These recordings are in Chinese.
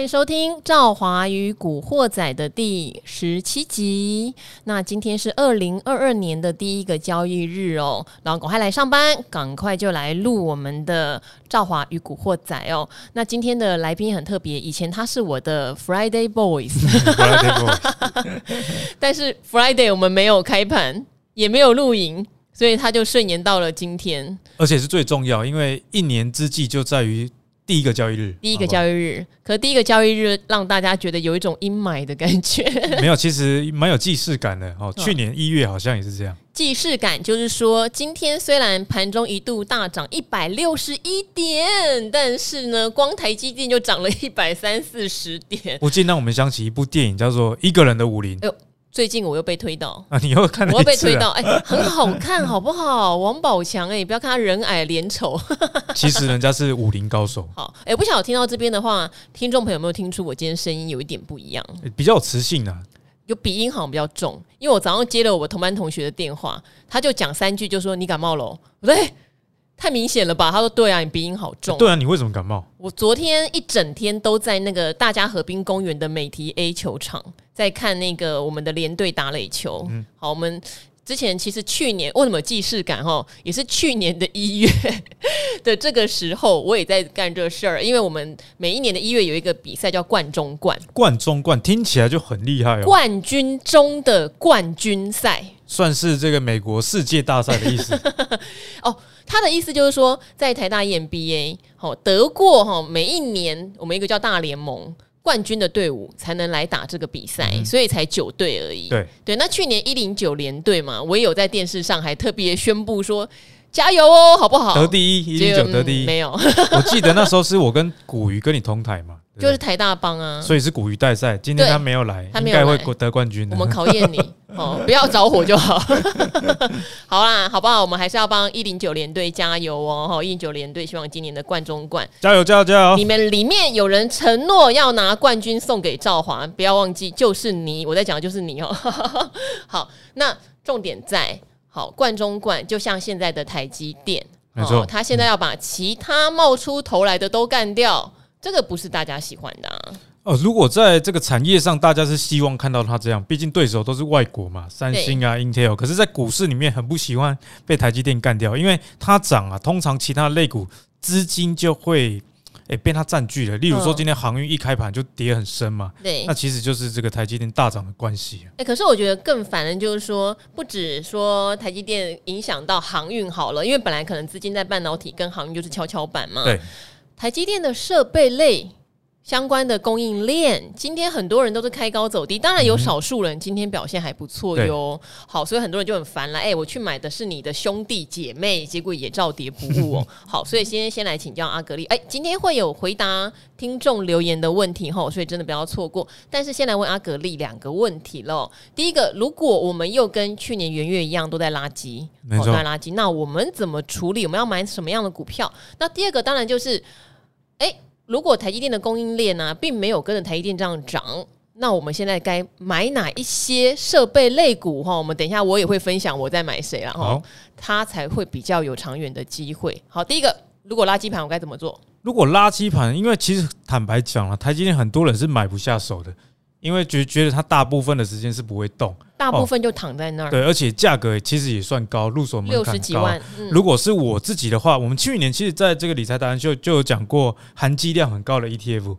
迎收听《赵华与古惑仔》的第17集。那今天是2022年的第一个交易日哦，然后赶快来上班，赶快就来录我们的《赵华与古惑仔》哦。那今天的来宾很特别，以前他是我的 Friday Boys， 但是 Friday 我们没有开盘，也没有录影，所以他就顺延到了今天。 而且是最重要，因为一年之计就在于第一个交易日， 第一个交易日，可第一个交易日让大家觉得有一种阴霾的感觉。 没有，其实蛮有既视感的哦。去年1月好像也是这样。 既视感就是说，今天虽然盘中一度大涨161点，但是呢，光台积电就涨了130-140点。 不禁让我们想起一部电影，叫做《一个人的武林》。 最近我又被推到啊，你又看了一次， 我又被推到，很好看，好不好？王宝强，不要看他人矮脸丑， 其实人家是武林高手。 好，不晓得听到这边的话，听众朋友有没有听出我今天声音有一点不一样？ 比较有磁性啊， 有鼻音好像比较重，因为我早上接了我同班同学的电话，他就讲3句，就说你感冒了。我说太明显了吧？他说对啊，你鼻音好重。 对啊，你为什么感冒？ 我昨天一整天都在那个大家河滨公园的美堤 A 球场，在看那个我们的联队打垒球。好，我们之前其实去年为什么有既视感也是去年的1月的这个时候，我也在干这事儿。因为我们每一年的1月有一个比赛叫冠中冠， 冠中冠听起来就很厉害哦， 冠军中的冠军赛， 算是这个美国世界大赛的意思哦。他的意思就是说，在台大 EMBA 得过每一年我们一个叫大联盟冠军的队伍才能来打这个比赛，所以才9队而已。对，那去年109联队嘛，我也有在电视上还特别宣布说加油哦，好不好？ 得第一，109得第一， 没有。 我记得那时候是我跟古鱼跟你同台嘛， 就是台大帮啊， 所以是古鱼代赛。今天他没有来，应该会得冠军的。 我们考验你不要着火就好。好啦，好不好？我们还是要帮109联队加油哦！109联队希望今年的冠中冠加油加油加油！ 你们里面有人承诺要拿冠军送给赵华，不要忘记，就是你。我在讲的就是你哦。好，那重点在冠中冠，就像现在的台积电， 没错， 他现在要把其他冒出头来的都干掉，这个不是大家喜欢的啊。 如果在这个产业上，大家是希望看到它这样，毕竟对手都是外国嘛，三星啊、Intel。可是，在股市里面很不喜欢被台积电干掉，因为它涨啊，通常其他类股资金就会被它占据了。例如说，今天航运一开盘就跌很深嘛，对，那其实就是这个台积电大涨的关系。 可是我觉得更烦的就是说，不止说台积电影响到航运好了，因为本来可能资金在半导体跟航运就是跷跷板嘛。对，台积电的设备类相关的供应链，今天很多人都是开高走低，当然有少数人今天表现还不错哟。好，所以很多人就很烦了，我去买的是你的兄弟姐妹，结果也照跌不误哦。好，所以先来请教阿格力，今天会有回答听众留言的问题所以真的不要错过。但是先来问阿格力2个问题咯。第一个，如果我们又跟去年元月一样都在垃圾，都在垃圾，那我们怎么处理？我们要买什么样的股票？那第二个当然就是如果台积电的供应链并没有跟着台积电这样涨，那我们现在该买哪一些设备类股我们等一下我也会分享我在买谁啦它才会比较有长远的机会。好，第一个，如果垃圾盘我该怎么做？ 如果垃圾盘，因为其实坦白讲台积电很多人是买不下手的，因为觉得它大部分的时间是不会动， 大部分就躺在那儿。 对，而且价格其实也算高，入手门槛高 60几万。 如果是我自己的话，我们去年其实在这个理财达人秀就有讲过含积量很高的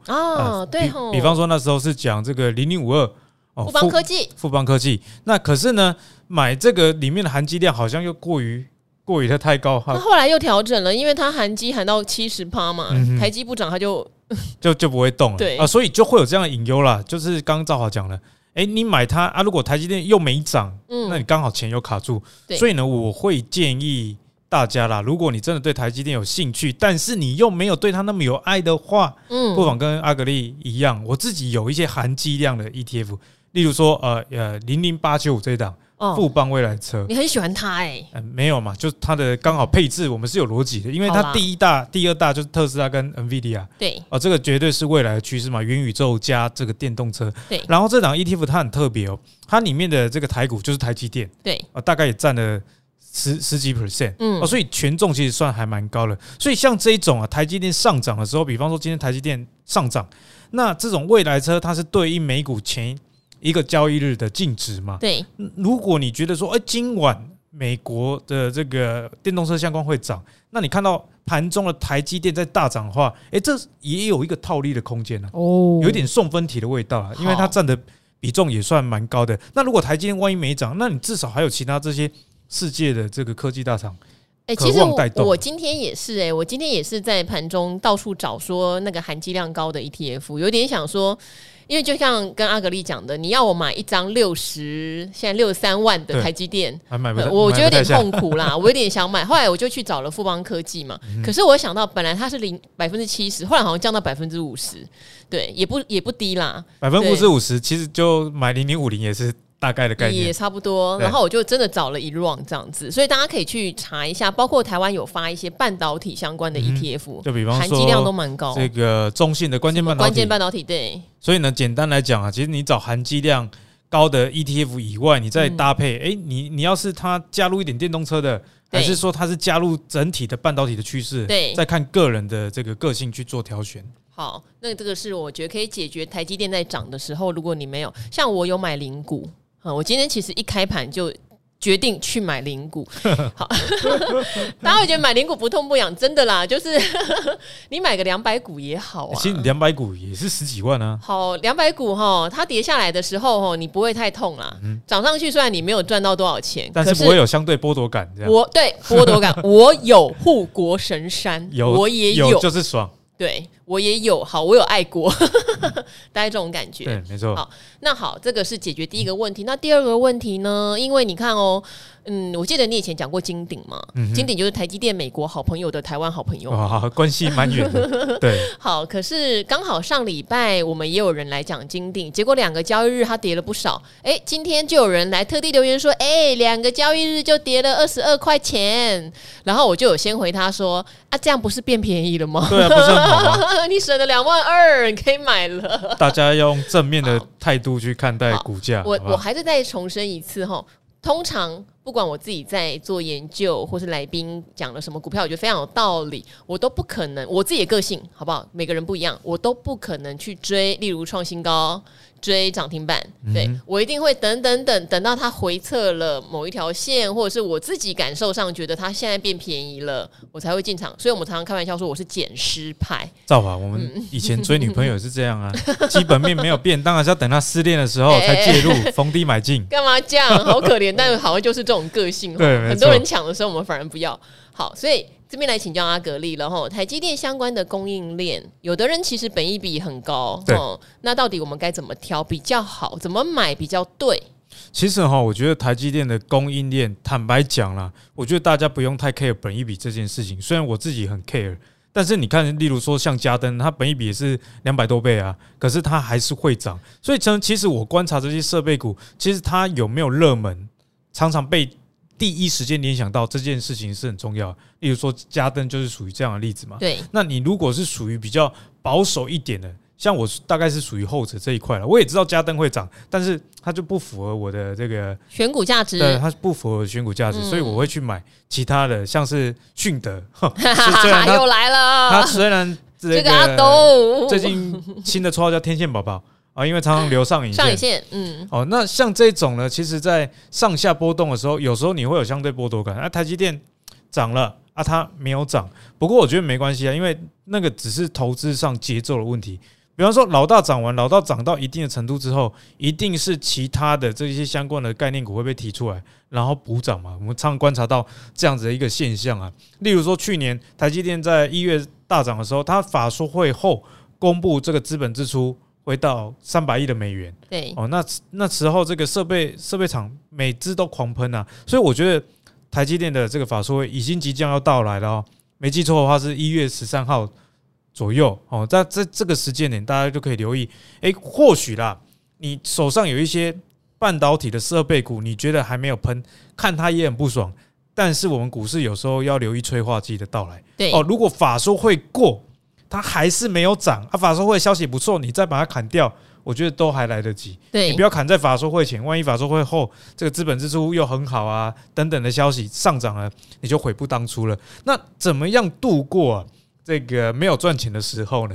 ETF 对比方说那时候是讲这个0052 富邦科技， 富邦科技。那可是呢，买这个里面的含积量好像又过于的太高， 他后来又调整了，因为他含积含到70%嘛，台积不涨他就不会动了。 对所以就会有这样的隐忧啦。就是刚刚赵华讲了。你买它如果台积电又没涨，那你刚好钱又卡住，所以呢，我会建议大家啦，如果你真的对台积电有兴趣，但是你又没有对它那么有爱的话，不妨跟阿格力一样，我自己有一些含积量的 ETF， 例如说00895这一档。富邦未来车， 你很喜欢它没有嘛？就它的刚好配置，我们是有逻辑的，因为它第一大、第二大就是特斯拉跟 NVIDIA， 对， 这个绝对是未来的趋势嘛，元宇宙加这个电动车， 对。 然后这档 ETF 它很特别它里面的这个台股就是台积电， 对， 大概也占了十几%，所以权重其实算还蛮高的。所以像这一种台积电上涨的时候，比方说今天台积电上涨， 那这种未来车它是对应美股前一个交易日的净值嘛？ 对。 如果你觉得说，今晚美国的这个电动车相关会涨，那你看到盘中的台积电在大涨的话，这也有一个套利的空间啊，有点送分题的味道啊，因为它占的比重也算蛮高的。那如果台积电万一没涨，那你至少还有其他这些世界的这个科技大厂。 其实我今天也是我今天也是在盘中到处找说那个含积量高的 ETF， 有点想说，因为就像跟阿格力讲的，你要我买一张现在63万的台积电，我觉得有点痛苦啦，我有点想买，后来我就去找了富邦科技嘛，可是我想到本来它是70%，后来好像降到50%，对，也不低啦 ，50%其实就买0050也是。大概的概念也差不多，然后我就真的找了一 round 这样子，所以大家可以去查一下，包括台湾有发一些半导体相关的 ETF， 就比方说含积量都蛮高， 这个中信的关键半导体， 对。 所以呢，简单来讲啊，其实你找含积量高的 ETF 以外，你再搭配，你要是它加入一点电动车的，还是说它是加入整体的半导体的趋势， 对， 再看个人的这个个性去做挑选。 好，那这个是我觉得可以解决台积电在涨的时候，如果你没有，像我有买零股。我今天其实一开盘就决定去买零股，好，大家会觉得买零股不痛不痒，真的啦，就是你买个200股也好啊。 其实200股也是10几万啊。 好，200股它跌下来的时候你不会太痛啦，涨上去虽然你没有赚到多少钱， 但是不会有相对剥夺感。这样对剥夺感，我有护国神山，我也有就是爽。 对，我也有，好，我有爱国，大概这种感觉。 对，没错。 好，那好，这个是解决第一个问题。那第二个问题呢？因为你看我记得你以前讲过金鼎嘛，金鼎就是台积电美国好朋友的台湾好朋友， 关系蛮远的。对， 好，可是刚好上礼拜我们也有人来讲金鼎，结果2个交易日它跌了不少。今天就有人来特地留言说，2个交易日就跌了22块钱，然后我就有先回他说，这样不是变便宜了吗？ 对啊，不是很好吗？ 你省了22000，你可以买了。 大家要用正面的态度去看待股价。 我还是再重申一次通常不管我自己在做研究，或是来宾讲了什么股票，我觉得非常有道理，我都不可能，我自己的个性好不好？每个人不一样，我都不可能去追，例如创新高、追涨停板。对，我一定会等到它回测了某一条线，或者是我自己感受上觉得它现在变便宜了，我才会进场。所以我们常常开玩笑说我是捡尸派。 照法，我们以前追女朋友也是这样啊，基本面没有变，当然是要等她失恋的时候才介入，逢低买进。 干嘛这样？好可怜，但好像就是这种个性。 对， 很多人抢的时候，我们反而不要。好，所以这边来请教阿格力了台积电相关的供应链，有的人其实本益比很高那到底我们该怎么挑比较好？怎么买比较对？ 其实我觉得台积电的供应链，坦白讲啦，我觉得大家不用太 care 本益比这件事情。虽然我自己很 care， 但是你看，例如说像嘉登，它本益比也是200多倍啊，可是它还是会涨。所以其实我观察这些设备股，其实它有没有热门，常常被第一时间联想到这件事情是很重要的。例如说嘉登就是属于这样的例子嘛。 对， 那你如果是属于比较保守一点的，像我大概是属于后者这一块了。我也知道嘉登会涨，但是它就不符合我的这个选股价值。 对，它不符合我的选股价值，所以我会去买其他的，像是迅德。 又来了， 它虽然这个阿斗最近新的绰号叫天线宝宝。因为常常留上影线，那像这种呢，其实在上下波动的时候，有时候你会有相对剥夺感。台积电涨了它没有涨，不过我觉得没关系啊，因为那个只是投资上节奏的问题。比方说老大涨完，老大涨到一定的程度之后，一定是其他的这些相关的概念股会被提出来，然后补涨嘛。我们常常观察到这样子的一个现象啊。例如说去年台积电在1月大涨的时候，它法说会后公布这个资本支出回到300亿的美元， 对那时候这个设备厂每支都狂喷啊，所以我觉得台积电的这个法说会已经即将要到来了没记错的话是1月13号左右在这个时间点，大家就可以留意，或许啦，你手上有一些半导体的设备股，你觉得还没有喷，看它也很不爽，但是我们股市有时候要留意催化剂的到来。 对如果法说会过，它还是没有涨法说会消息不错，你再把它砍掉，我觉得都还来得及。 对， 你不要砍在法说会前，万一法说会后这个资本支出又很好啊等等的消息上涨了，你就悔不当初了。那怎么样度过这个没有赚钱的时候呢？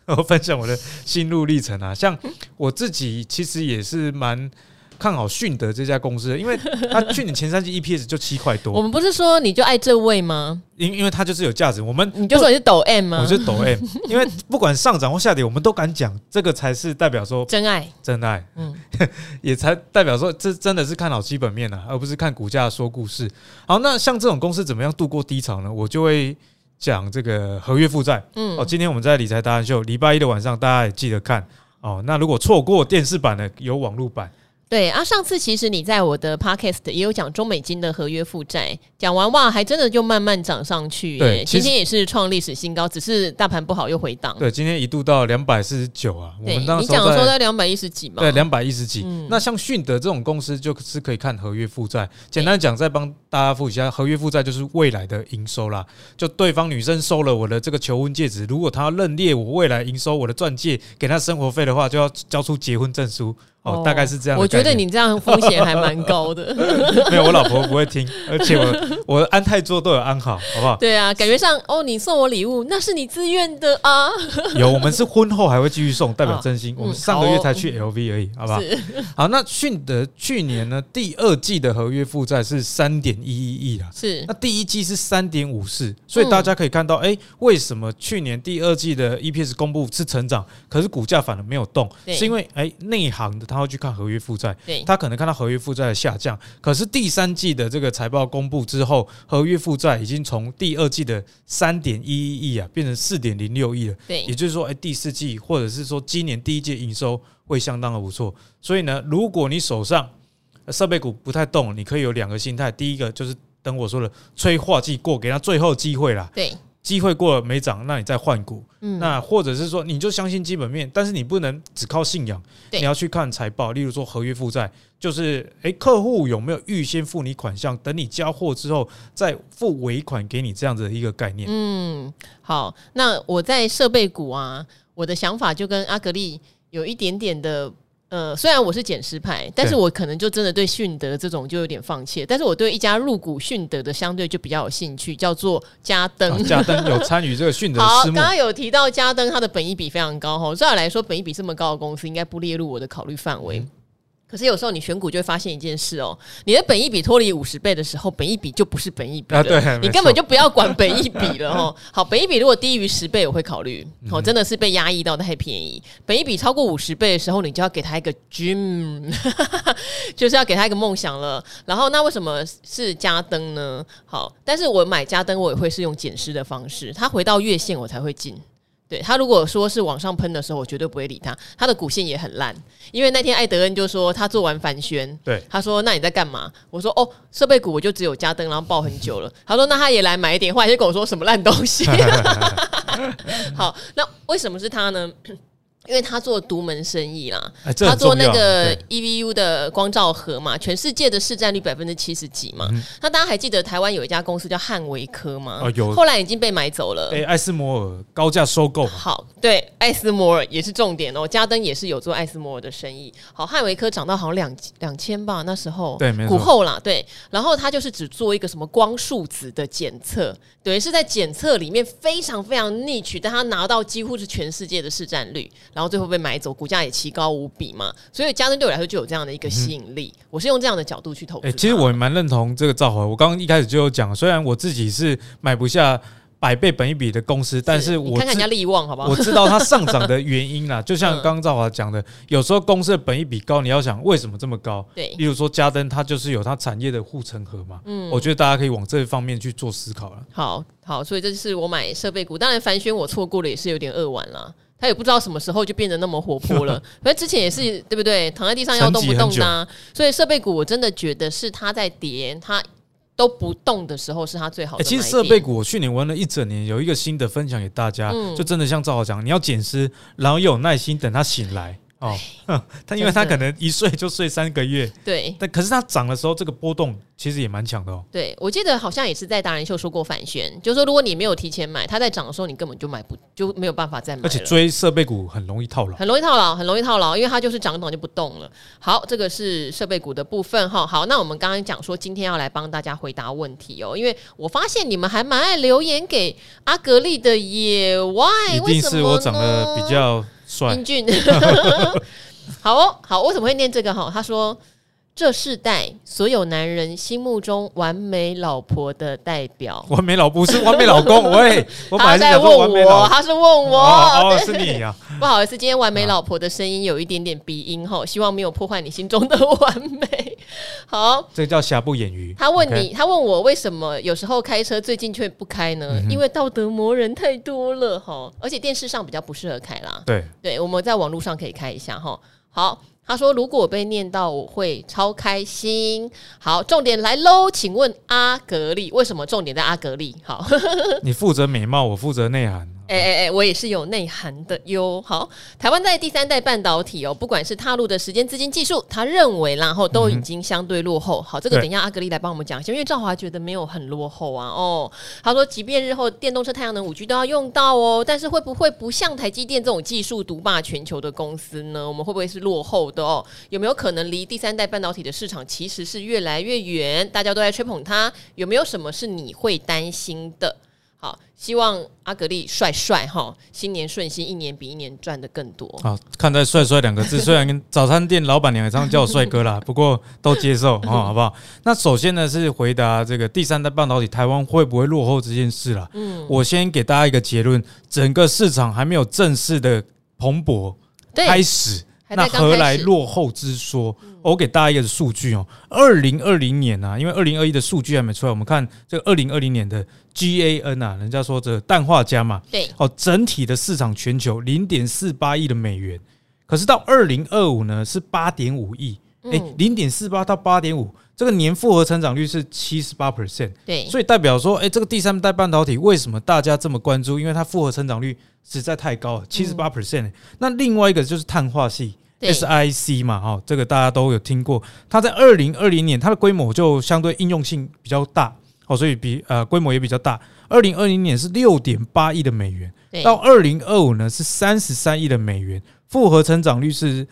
我分享我的心路历程啊。像我自己其实也是蛮看好迅德这家公司的，因为它去年前3季 EPS 就7块多。 我们不是说你就爱这位吗？ 因为它就是有价值， 你就说你是抖 M 吗？ 我是抖 M， 因为不管上涨或下跌，我们都敢讲，这个才是代表说真爱， 真爱，也才代表说这真的是看好基本面而不是看股价说故事。好，那像这种公司怎么样度过低潮呢？我就会讲这个合约负债。今天我们在理财达人秀礼拜一的晚上，大家也记得看哦。那如果错过电视版的，有网络版。 对啊，上次其实你在我的 podcast 也有讲中美金的合约负债，讲完哇，还真的就慢慢涨上去耶。对，今天也是创历史新高，只是大盘不好又回档。 对，今天一度到249啊。 对，你讲的说在210几嘛？ 对，210几。那像迅德这种公司就是可以看合约负债。简单讲，再帮大家复习一下，合约负债就是未来的营收啦。就对方女生收了我的这个求婚戒指，如果她要认列我未来营收，我的钻戒给她生活费的话，就要交出结婚证书。大概是这样的。 我觉得你这样风险还蛮高的。 没有，我老婆不会听，而且我安泰座都有安好，好不好？ 对啊，感觉上你送我礼物，那是你自愿的啊。 有，我们是婚后还会继续送，代表真心。我们上个月才去 LV 而已，好不好？好，那迅德去年呢，第2季的合约负债是3.11亿啦， 是。那第1季是3.54，所以大家可以看到，为什么去年第2季的 EPS 公布是成长，可是股价反而没有动？是因为内行的他会去看合约负债，他可能看到合约负债的下降，可是第3季的这个财报公布之后，合约负债已经从第2季的3.11亿啊变成4.06亿了。对，也就是说，第4季或者是说今年第1季营收会相当的不错。所以呢，如果你手上设备股不太动，你可以有2个心态，第一个就是等我说的催化剂过，给他最后机会啦。对。机会过了没涨，那你再换股。那或者是说，你就相信基本面，但是你不能只靠信仰，你要去看财报。例如说合约负债，就是客户有没有预先付你款项，等你交货之后再付尾款给你，这样子的一个概念。 好，那我在设备股啊，我的想法就跟阿格力有一点点的。虽然我是减湿派，但是我可能就真的对迅德这种就有点放弃，但是我对一家入股迅德的相对就比较有兴趣，叫做嘉登。 嘉登有参与这个迅德的私募。 好，刚刚有提到嘉登，它的本益比非常高，照理来说本益比这么高的公司应该不列入我的考虑范围。可是有时候你选股就会发现一件事你的本益比脱离50倍的时候，本益比就不是本益比了，对，你根本就不要管本益比了好，本益比如果低于10倍我会考虑，真的是被压抑到太便宜。本益比超过50倍的时候，你就要给他一个 dream 就是要给他一个梦想了。然后那为什么是嘉登呢？好，但是我买嘉登我也会是用减湿的方式，它回到月线我才会进。对，他如果说是往上喷的时候，我绝对不会理他。他的股线也很烂，因为那天艾德恩就说他做完反宣，对，他说那你在干嘛？我说设备股我就只有嘉登，然后抱很久了。他说那他也来买一点，后来就跟我说什么烂东西。好，那为什么是他呢？因为他做独门生意啦，他做那个 EVU 的光罩盒嘛，全世界的市占率70%几嘛。那大家还记得台湾有一家公司叫汉维科吗？有，后来已经被买走了。艾斯摩尔高价收购。 好，对，艾斯摩尔也是重点嘉登也是有做艾斯摩尔的生意。好，汉维科涨到好像2000吧，那时候对，没错，股后啦，对。然后他就是只做一个什么光束子的检测，对，是在检测里面非常非常niche，但他拿到几乎是全世界的市占率。然后最后被买走，股价也奇高无比嘛，所以嘉登对我来说就有这样的一个吸引力。我是用这样的角度去投资。 其实我也蛮认同这个兆华。我刚刚一开始就有讲，虽然我自己是买不下100倍本益比的公司，但是我看看人家力旺好不好？ 我知道它上涨的原因啦。就像刚刚兆华讲的，有时候公司的本益比高，你要想为什么这么高？对，例如说嘉登，它就是有它产业的护城河嘛。我觉得大家可以往这方面去做思考了。 好，所以这就是我买设备股。当然，凡轩我错过了，也是有点扼腕啦。他也不知道什么时候就变得那么活泼了，反正之前也是对不对？躺在地上要动不动的所以设备股我真的觉得是它在跌，它都不动的时候是它最好的买点。 其实设备股我去年玩了1整年，有一个新的分享给大家，就真的像赵豪讲，你要减湿，然后又有耐心等它醒来。 哦，它因为它可能一睡就睡3个月， 对， 但可是它涨的时候，这个波动其实也蛮强的哦。 对，我记得好像也是在达人秀说过反旋，就是说如果你没有提前买，它在涨的时候，你根本就没有办法再买了。 而且追设备股很容易套牢， 很容易套牢，因为它就是涨就不动了。好，这个是设备股的部分哈。好，那我们刚刚讲说今天要来帮大家回答问题哦，因为我发现你们还蛮爱留言给阿格力的野外， 一定是我长得比较帅英俊。好哦，好，为什么会念这个哈？他说这世代所有男人心目中完美老婆的代表， 完美老婆是完美老公。喂，我本来是在想说完美老我，他是问我， 哦，是你呀、 啊。不好意思，今天完美老婆的声音有一点点鼻音哈，希望没有破坏你心中的完美。好， 这叫瑕不掩瑜。 他问你，他问我为什么有时候开车最近却不开呢？因为道德魔人太多了哈，而且电视上比较不适合开啦。对，我们在网络上可以开一下哈。好，他说如果我被念到我会超开心。好，重点来喽，请问阿格力为什么重点在阿格力？好， 你负责美貌，我负责内涵。 我也是有内涵的哟。好，台湾在第3代半导体不管是踏入的时间、资金、技术，他认为然后都已经相对落后。好，这个等一下阿格力来帮我们讲一下，因为兆华觉得没有很落后啊。他说即便日后电动车、太阳能、5G 都要用到但是会不会不像台积电这种技术独霸全球的公司呢？我们会不会是落后的有没有可能离第3代半导体的市场其实是越来越远？大家都在吹捧它，有没有什么是你会担心的？好，希望阿格力帅帅哈，新年顺心，一年比一年赚得更多。 好，看在帅帅2个字，虽然跟早餐店老板娘也常叫我帅哥啦，不过都接受好不好？那首先呢是回答这个第3代半导体台湾会不会落后这件事啦。我先给大家一个结论，整个市场还没有正式的蓬勃开始。那何来落后之说？我给大家一个数据2020年啊，因为2021的数据还没出来，我们看这个2020年的 GAN 啊，人家说这氮化镓嘛， 对， 整体的市场全球0.48亿的美元，可是到2025呢是8.5亿，0.48到8.5，这个年复合成长率是78%， 对， 所以代表说，这个第3代半导体为什么大家这么关注？因为它复合成长率实在太高了，78%。那另外一个就是碳化系。SiC 嘛，这个大家都有听过。它在2020年，它的规模就相对应用性比较大，所以规模也比较大。2020年是6.8亿的美元，到2025呢是33亿的美元，复合成长率是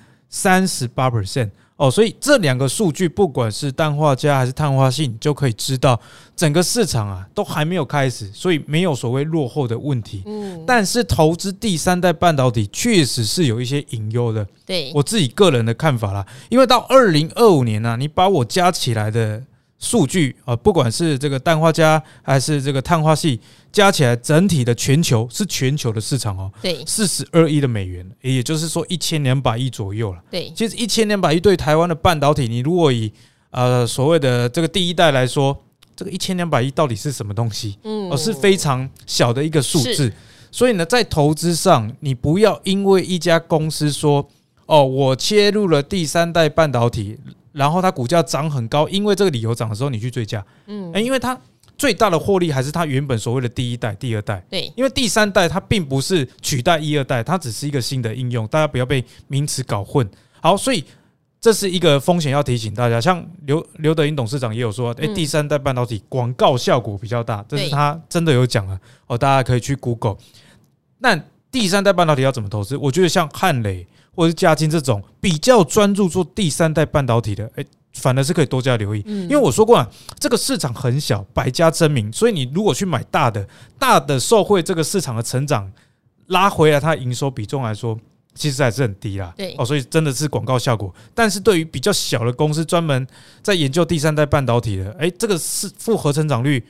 38%。所以这2个数据，不管是氮化镓还是碳化系，你就可以知道整个市场啊都还没有开始，所以没有所谓落后的问题。但是投资第3代半导体确实是有一些隐忧的。 对， 我自己个人的看法啦，因为到2025年啊，你把我加起来的数据不管是这个氮化镓还是这个碳化系，加起来整体的全球是全球的市场对 ，42亿的美元，也就是说1200亿左右了。 对， 其实1200亿对台湾的半导体，你如果以所谓的这个第1代来说，这个1200亿到底是什么东西？是非常小的一个数字。所以呢，在投资上，你不要因为一家公司说我切入了第3代半导体，然后它股价涨很高，因为这个理由涨的时候你去追价，因为它最大的获利还是它原本所谓的第1代、第2代。 对， 因为第3代它并不是取代1、2代，它只是一个新的应用，大家不要被名词搞混。好，所以这是一个风险要提醒大家。像刘德英董事长也有说，第3代半导体广告效果比较大，这是他真的有讲了大家可以去 Google。那第3代半导体要怎么投资？我觉得像汉磊或者是嘉晶这种比较专注做第3代半导体的，反而是可以多加留意。因为我说过这个市场很小，百家争鸣，所以你如果去买大的受惠这个市场的成长，拉回来它营收比重来说，其实还是很低啦。所以真的是广告效果。但是对于比较小的公司，专门在研究第3代半导体的，这个是复合成长率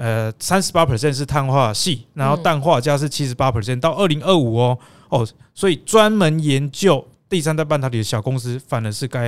38% 是碳化系，然后氮化镓是78%，到2025所以专门研究第3代半导体的小公司反而是该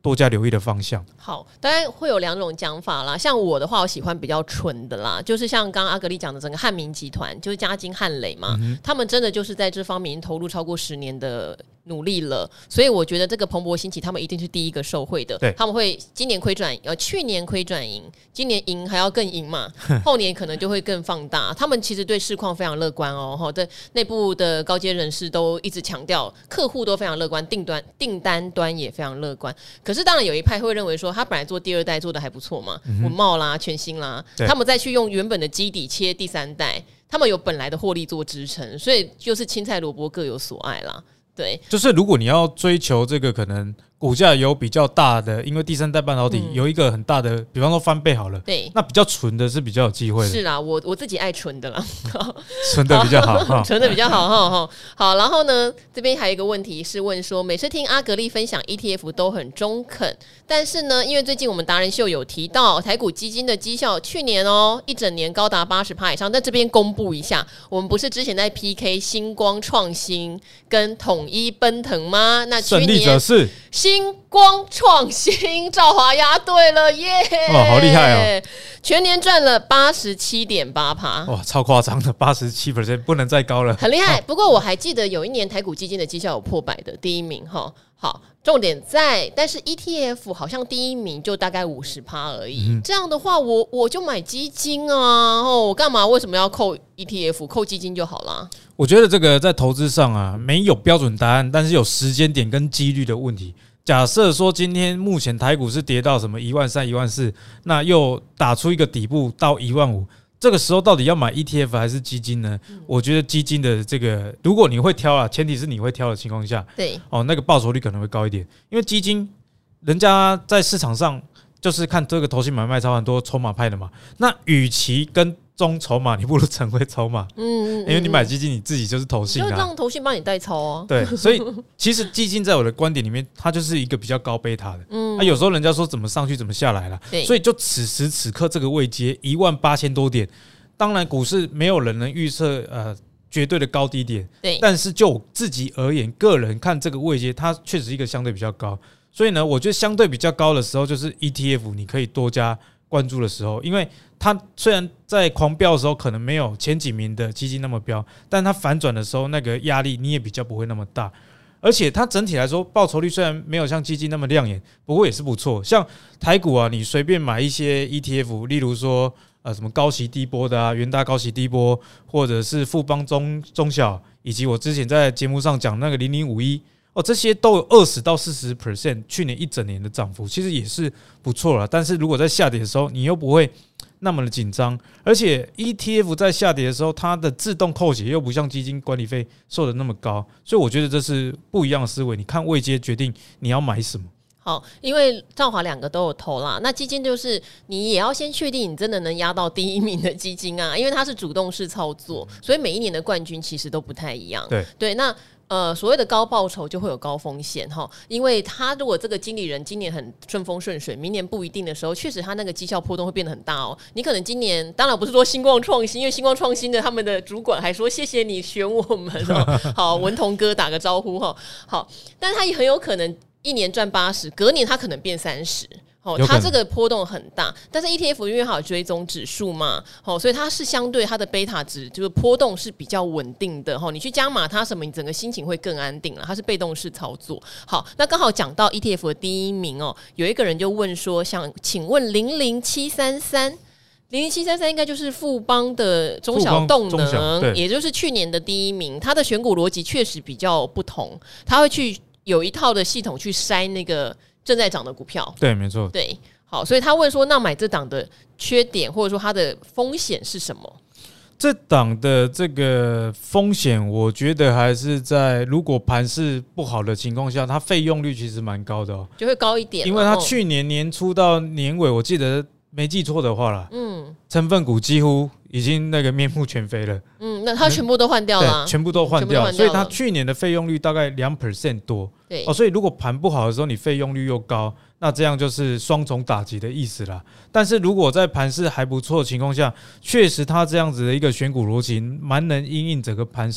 多加留意的方向。 好，当然会有2种讲法啦。像我的话，我喜欢比较纯的啦，就是像刚刚阿格丽讲的，整个汉民集团就是嘉金汉磊嘛，他们真的就是在这方面投入超过10年的努力了，所以我觉得这个蓬勃兴起，他们一定是第一个受惠的。他们会今年亏转，去年亏转盈，今年赢还要更赢嘛，后年可能就会更放大。他们其实对市况非常乐观哦，对内部的高阶人士都一直强调，客户都非常乐观，订单端也非常乐观。可是当然有一派会认为说，他本来做第2代做的还不错嘛，文茂啦、全新啦，他们再去用原本的基底切第3代，他们有本来的获利做支撑，所以就是青菜萝卜各有所爱啦。对， 就是如果你要追求这个可能股价有比较大的，因为第3代半导体有一个很大的，比方说翻倍好了， 对， 那比较纯的是比较有机会的。 是啦，我自己爱纯的啦， 纯的比较好， 纯的比较好哈。好，然后呢，这边还有一个问题是问说，每次听阿格丽分享 ETF 都很中肯，但是呢，因为最近我们达人秀有提到台股基金的绩效，去年一整年高达80%以上，但这边公布一下，我们不是之前在 PK 星光创新跟统一奔腾吗？那去年胜利者是星光创新，兆华押对了耶！ 好厉害哦！ 全年赚了87.8%， 哇，超夸张的87%，不能再高了， 很厉害。不过我还记得有一年台股基金的绩效有破100的，第1名哈。好，重点在，但是 ETF 好像第1名就大概50%而已。这样的话，我就买基金啊，我干嘛？为什么要扣 ETF？ 扣基金就好啦。 我觉得这个在投资上啊，没有标准答案，但是有时间点跟几率的问题。假设说今天目前台股是跌到什么13000、14000，那又打出一个底部到15000，这个时候到底要买 ETF 还是基金呢？我觉得基金的这个，如果你会挑啊，前提是你会挑的情况下， 对那个报酬率可能会高一点，因为基金人家在市场上就是看这个投信买卖超很多筹码派的嘛，那与其跟中筹码，你不如成为筹码。因为你买基金，你自己就是投信啊， 就让投信帮你代操啊。 对，所以其实基金在我的观点里面，它就是一个比较高贝塔的。有时候人家说怎么上去怎么下来了，所以就此时此刻这个位阶18000多点，当然股市没有人能预测绝对的高低点， 对。 但是就我自己而言，个人看这个位阶，它确实一个相对比较高。所以呢，我觉得相对比较高的时候，就是 ETF 你可以多加关注的时候，因为它虽然在狂飙的时候可能没有前几名的基金那么飙，但它反转的时候那个压力你也比较不会那么大，而且它整体来说报酬率虽然没有像基金那么亮眼，不过也是不错。像台股啊，你随便买一些 ETF， 例如说什么高息低波的啊，元大高息低波，或者是富邦中小，以及我之前在节目上讲那个0051。这些都有20%到40%，去年一整年的涨幅，其实也是不错了。但是如果在下跌的时候，你又不会那么的紧张，而且 ETF 在下跌的时候，它的自动扣血又不像基金管理费收的那么高，所以我觉得这是不一样的思维。你看位阶决定你要买什么。 好，因为兆华2个都有投啦，那基金就是你也要先确定你真的能压到第1名的基金啊，因为它是主动式操作，所以每一年的冠军其实都不太一样。对，那所谓的高报酬就会有高风险哈，因为他如果这个经理人今年很顺风顺水，明年不一定的时候，确实他那个绩效波动会变得很大哦。你可能今年当然不是说星光创新，因为星光创新的他们的主管还说谢谢你选我们哦，好，文同哥打个招呼哈，好，但他也很有可能一年赚80，隔年他可能变30。它这个波动很大，但是 ETF 因为它有追踪指数嘛，所以它是相对它的贝塔值就是波动是比较稳定的。你去加码它什么，你整个心情会更安定了。它是被动式操作。好，那刚好讲到 ETF 的第1名有一个人就问说，想请问00733。00733应该就是富邦的中小动能，也就是去年的第1名。它的选股逻辑确实比较不同，它会去有一套的系统去筛那个正在涨的股票。 对，没错。 对，好，所以他问说，那买这档的缺点或者说它的风险是什么？ 这档的这个风险，我觉得还是在如果盘势不好的情况下，它费用率其实蛮高的就会高一点。 因为它去年年初到年尾，我记得没记错的话啦，成分股几乎已经那个面目全非了。 那它全部都换掉了， 全部都换掉，所以它去年的费用率大概2% 多。 对， 所以如果盘不好的时候，你费用率又高，那这样就是双重打击的意思啦。但是如果在盘势还不错的情况下，确实它这样子的一个选股逻辑，蛮能因应整个盘势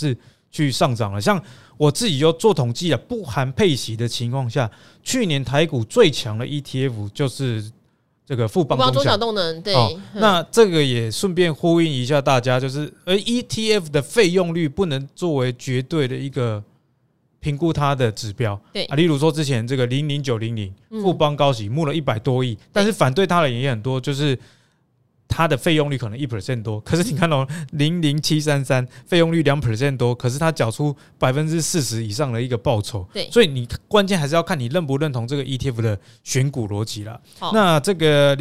去上涨了。像我自己就做统计啊，不含配息的情况下，去年台股最强的 ETF 就是这个富邦中小动能。对， 那这个也顺便呼应一下大家，就是ETF 的费用率不能作为绝对的一个评估它的指标。 对例如说之前这个00900富邦高息募了100多亿，但是反对它的人也很多，就是它的费用率可能 1% 多，可是你看到00733费用率 2% 多，可是它缴出40%以上的一个报酬。 对， 所以你关键还是要看你认不认同这个 ETF 的选股逻辑啦。那这个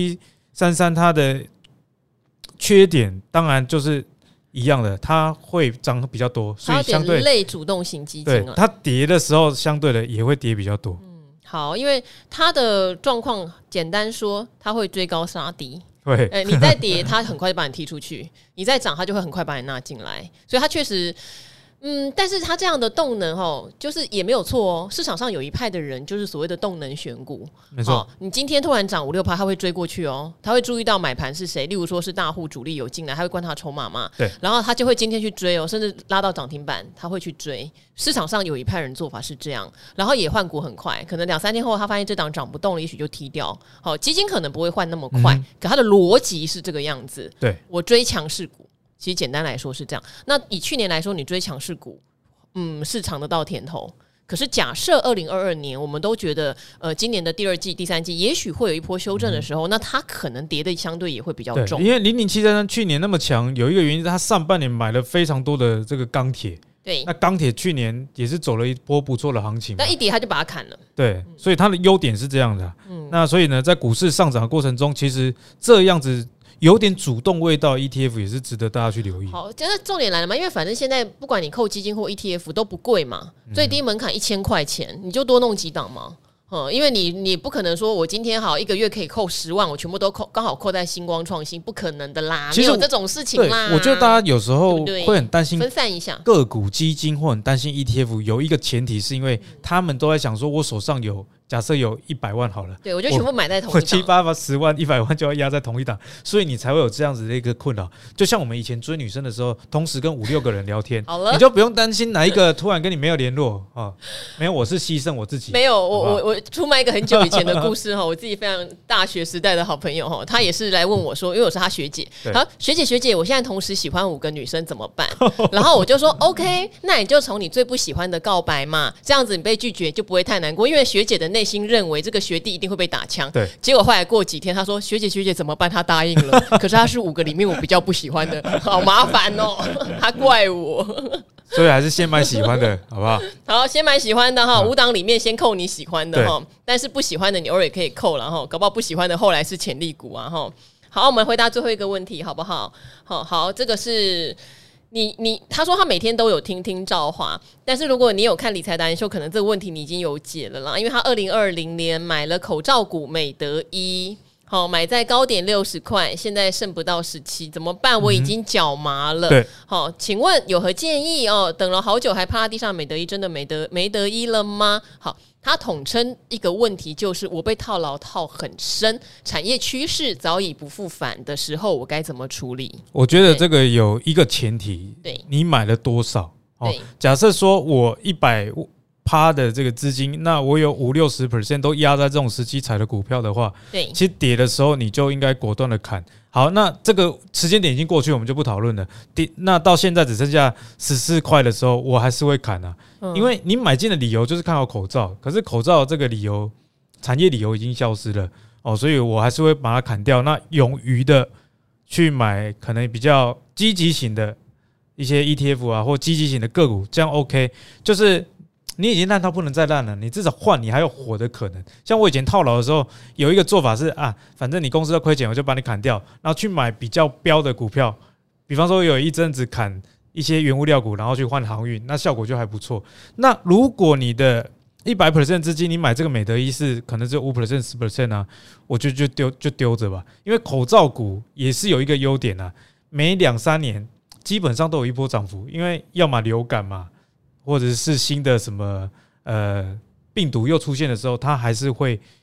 00733它的缺点当然就是一样的，它会涨比较多，所以相对类主动型基金对它跌的时候相对的也会跌比较多。 好，因为它的状况简单说，它会追高杀低。 对， 你再跌，它很快就把你踢出去；你再涨，它就会很快把你纳进来。所以它确实，但是它这样的动能就是也没有错哦。市场上有一派的人就是所谓的动能选股， 没错。 你今天突然涨5-6%，他会追过去哦，他会注意到买盘是谁，例如说是大户主力有进来，他会观察筹码嘛， 对， 然后他就会今天去追哦，甚至拉到涨停板，他会去追。市场上有一派人做法是这样，然后也换股很快，可能2-3天后他发现这档涨不动了，也许就踢掉。好，基金可能不会换那么快，可他的逻辑是这个样子。 对，我追强势股，其实简单来说是这样。那以去年来说，你追强势股，是尝得到甜头。可是假设2022年我们都觉得今年的第2季、第3季也许会有一波修正的时候，那它可能跌的相对也会比较重。 因为00733去年那么强，有一个原因是它上半年买了非常多的这个钢铁。 对， 那钢铁去年也是走了一波不错的行情， 但一跌它就把它砍了。 对，所以它的优点是这样的。那所以呢，在股市上涨的过程中，其实这样子有点主动味道 ETF 也是值得大家去留意。 好，现在重点来了嘛，因为反正现在不管你扣基金或 ETF 都不贵嘛，最低门槛1000块钱，你就多弄几档嘛。因为你不可能说我今天好1个月可以扣10万，我全部都刚好扣在星光创新，不可能的啦，没有这种事情啦。 我觉得大家有时候会很担心分散一下个股基金，或很担心 ETF， 有一个前提是因为他们都在想说，我手上有假设有100万好了， 对我就全部买在同一档， 我7、8、10万、100万就要压在同一档，所以你才会有这样子的一个困扰。就像我们以前追女生的时候，同时跟5、6个人聊天，你就不用担心哪一个突然跟你没有联络啊。没有，我是牺牲我自己。 没有，我出卖一个很久以前的故事哈，我自己非常大学时代的好朋友哈，他也是来问我说，因为我是他学姐，好，学姐，我现在同时喜欢5个女生怎么办？然后我就说 OK， 那你就从你最不喜欢的告白嘛，这样子你被拒绝就不会太难过，因为学姐的内心认为这个学弟一定会被打枪。 对， 结果后来过几天，他说学姐怎么办？他答应了，可是他是5个里面我比较不喜欢的，好麻烦哦，他怪我。 所以还是先买喜欢的，好不好？ 好，先买喜欢的哈，5档里面先扣你喜欢的哈，但是不喜欢的你偶尔也可以扣了哈，搞不好不喜欢的后来是潜力股啊哈。好，我们回答最后一个问题好不好？好，这个是他说他每天都有听赵华，但是如果你有看理财达人秀，可能这个问题你已经有解了啦，因为他2020年买了口罩股美德一。好，买在高点60块，现在剩不到17，怎么办？我已经脚麻了。 对， 好，请问有何建议哦？等了好久还趴在地上，美德一真的没得一了吗？好，他统称一个问题就是我被套牢套很深，产业趋势早已不复返的时候，我该怎么处理？ 我觉得这个有一个前提，对，你买了多少？ 对， 假设说我100%的这个资金，那我有50-60% 都压在这种时机踩的股票的话， 对， 其实跌的时候你就应该果断的砍。好，那这个时间点已经过去，我们就不讨论了。那到现在只剩下14块的时候，我还是会砍啊，因为你买进的理由就是看好口罩，可是口罩这个理由，产业理由已经消失了哦，所以我还是会把它砍掉。那勇于的去买可能比较积极型的一些 ETF 啊，或积极型的个股，这样 OK， 就是。你已经烂到不能再烂了，你至少换你还有活的可能。像我以前套牢的时候，有一个做法是反正你公司要亏钱，我就把你砍掉，然后去买比较标的股票。比方说有一阵子砍一些原物料股，然后去换航运，那效果就还不错。那如果你的100% 资金，你买这个美德一是可能只有5% 10% 啊，我就丢着吧。因为口罩股也是有一个优点啊，每2-3年基本上都有一波涨幅，因为要么流感嘛。或者是新的什么病毒又出现的时候，它还是会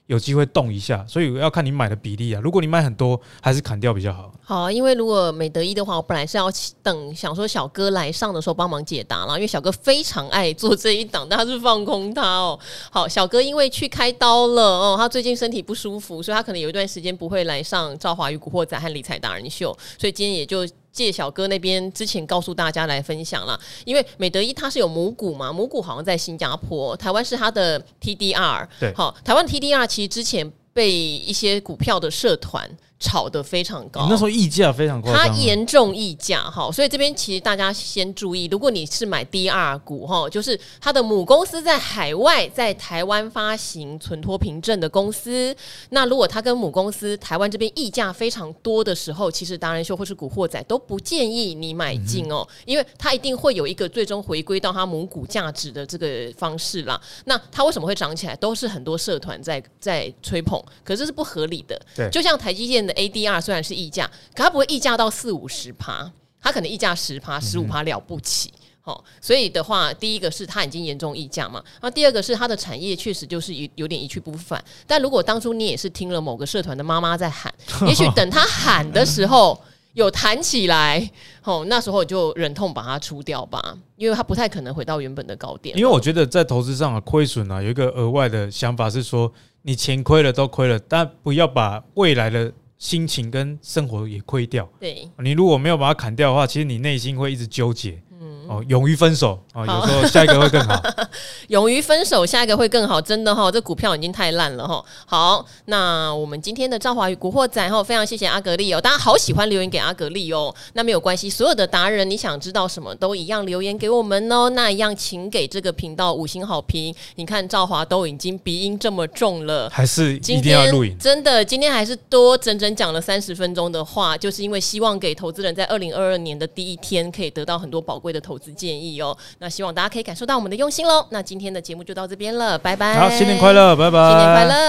有机会动一下，所以要看你买的比例啊。如果你买很多，还是砍掉比较好。 好，因为如果美德一的话，我本来是要等想说小哥来上的时候帮忙解答啦，因为小哥非常爱做这一档，但他是放空他哦。好，小哥因为去开刀了哦，他最近身体不舒服，所以他可能有一段时间不会来上《赵华与古惑仔》和理财达人秀，所以今天也就借小哥那边之前告诉大家来分享啦。因为美德一它是有母股嘛，母股好像在新加坡，台湾是它的 TDR。 对， 好，台湾 TDR 其实之前被一些股票的社团炒得非常高， 那时候溢价非常夸张， 它严重溢价哈，所以这边其实大家先注意，如果你是买 DR 股哈，就是它的母公司在海外在台湾发行存托凭证的公司，那如果它跟母公司台湾这边溢价非常多的时候，其实达人秀或是古惑仔都不建议你买进哦，因为它一定会有一个最终回归到它母股价值的这个方式啦。那它为什么会涨起来，都是很多社团在吹捧，可是这是不合理的。 对， 就像台积电的 ADR 虽然是溢价，可它不会溢价到40-50%，它可能溢价10%、15%了不起。所以的话，第一个是它已经严重溢价嘛，然后第二个是它的产业确实就是有点一去不返。但如果当初你也是听了某个社团的妈妈在喊，也许等他喊的时候有弹起来，那时候就忍痛把它出掉吧，因为它不太可能回到原本的高点。 因为我觉得在投资上亏损有一个额外的想法是说，你钱亏了都亏了，但不要把未来的心情跟生活也亏掉。 对， 你如果没有把它砍掉的话，其实你内心会一直纠结。勇于分手有时候下一个会更好。 勇于分手，下一个会更好，真的这股票已经太烂了好，那我们今天的赵华与古惑仔非常谢谢阿格力大家好喜欢留言给阿格力那没有关系，所有的达人你想知道什么都一样留言给我们那一样请给这个频道5星好评。你看赵华都已经鼻音这么重了， 还是一定要录影， 真的今天还是多整整讲了30分钟的话，就是因为希望给投资人在2022年的第一天可以得到很多宝贵的投资建议那希望大家可以感受到我们的用心咯。那今天的节目就到这边了，拜拜。 好，新年快乐，拜拜， 新年快乐。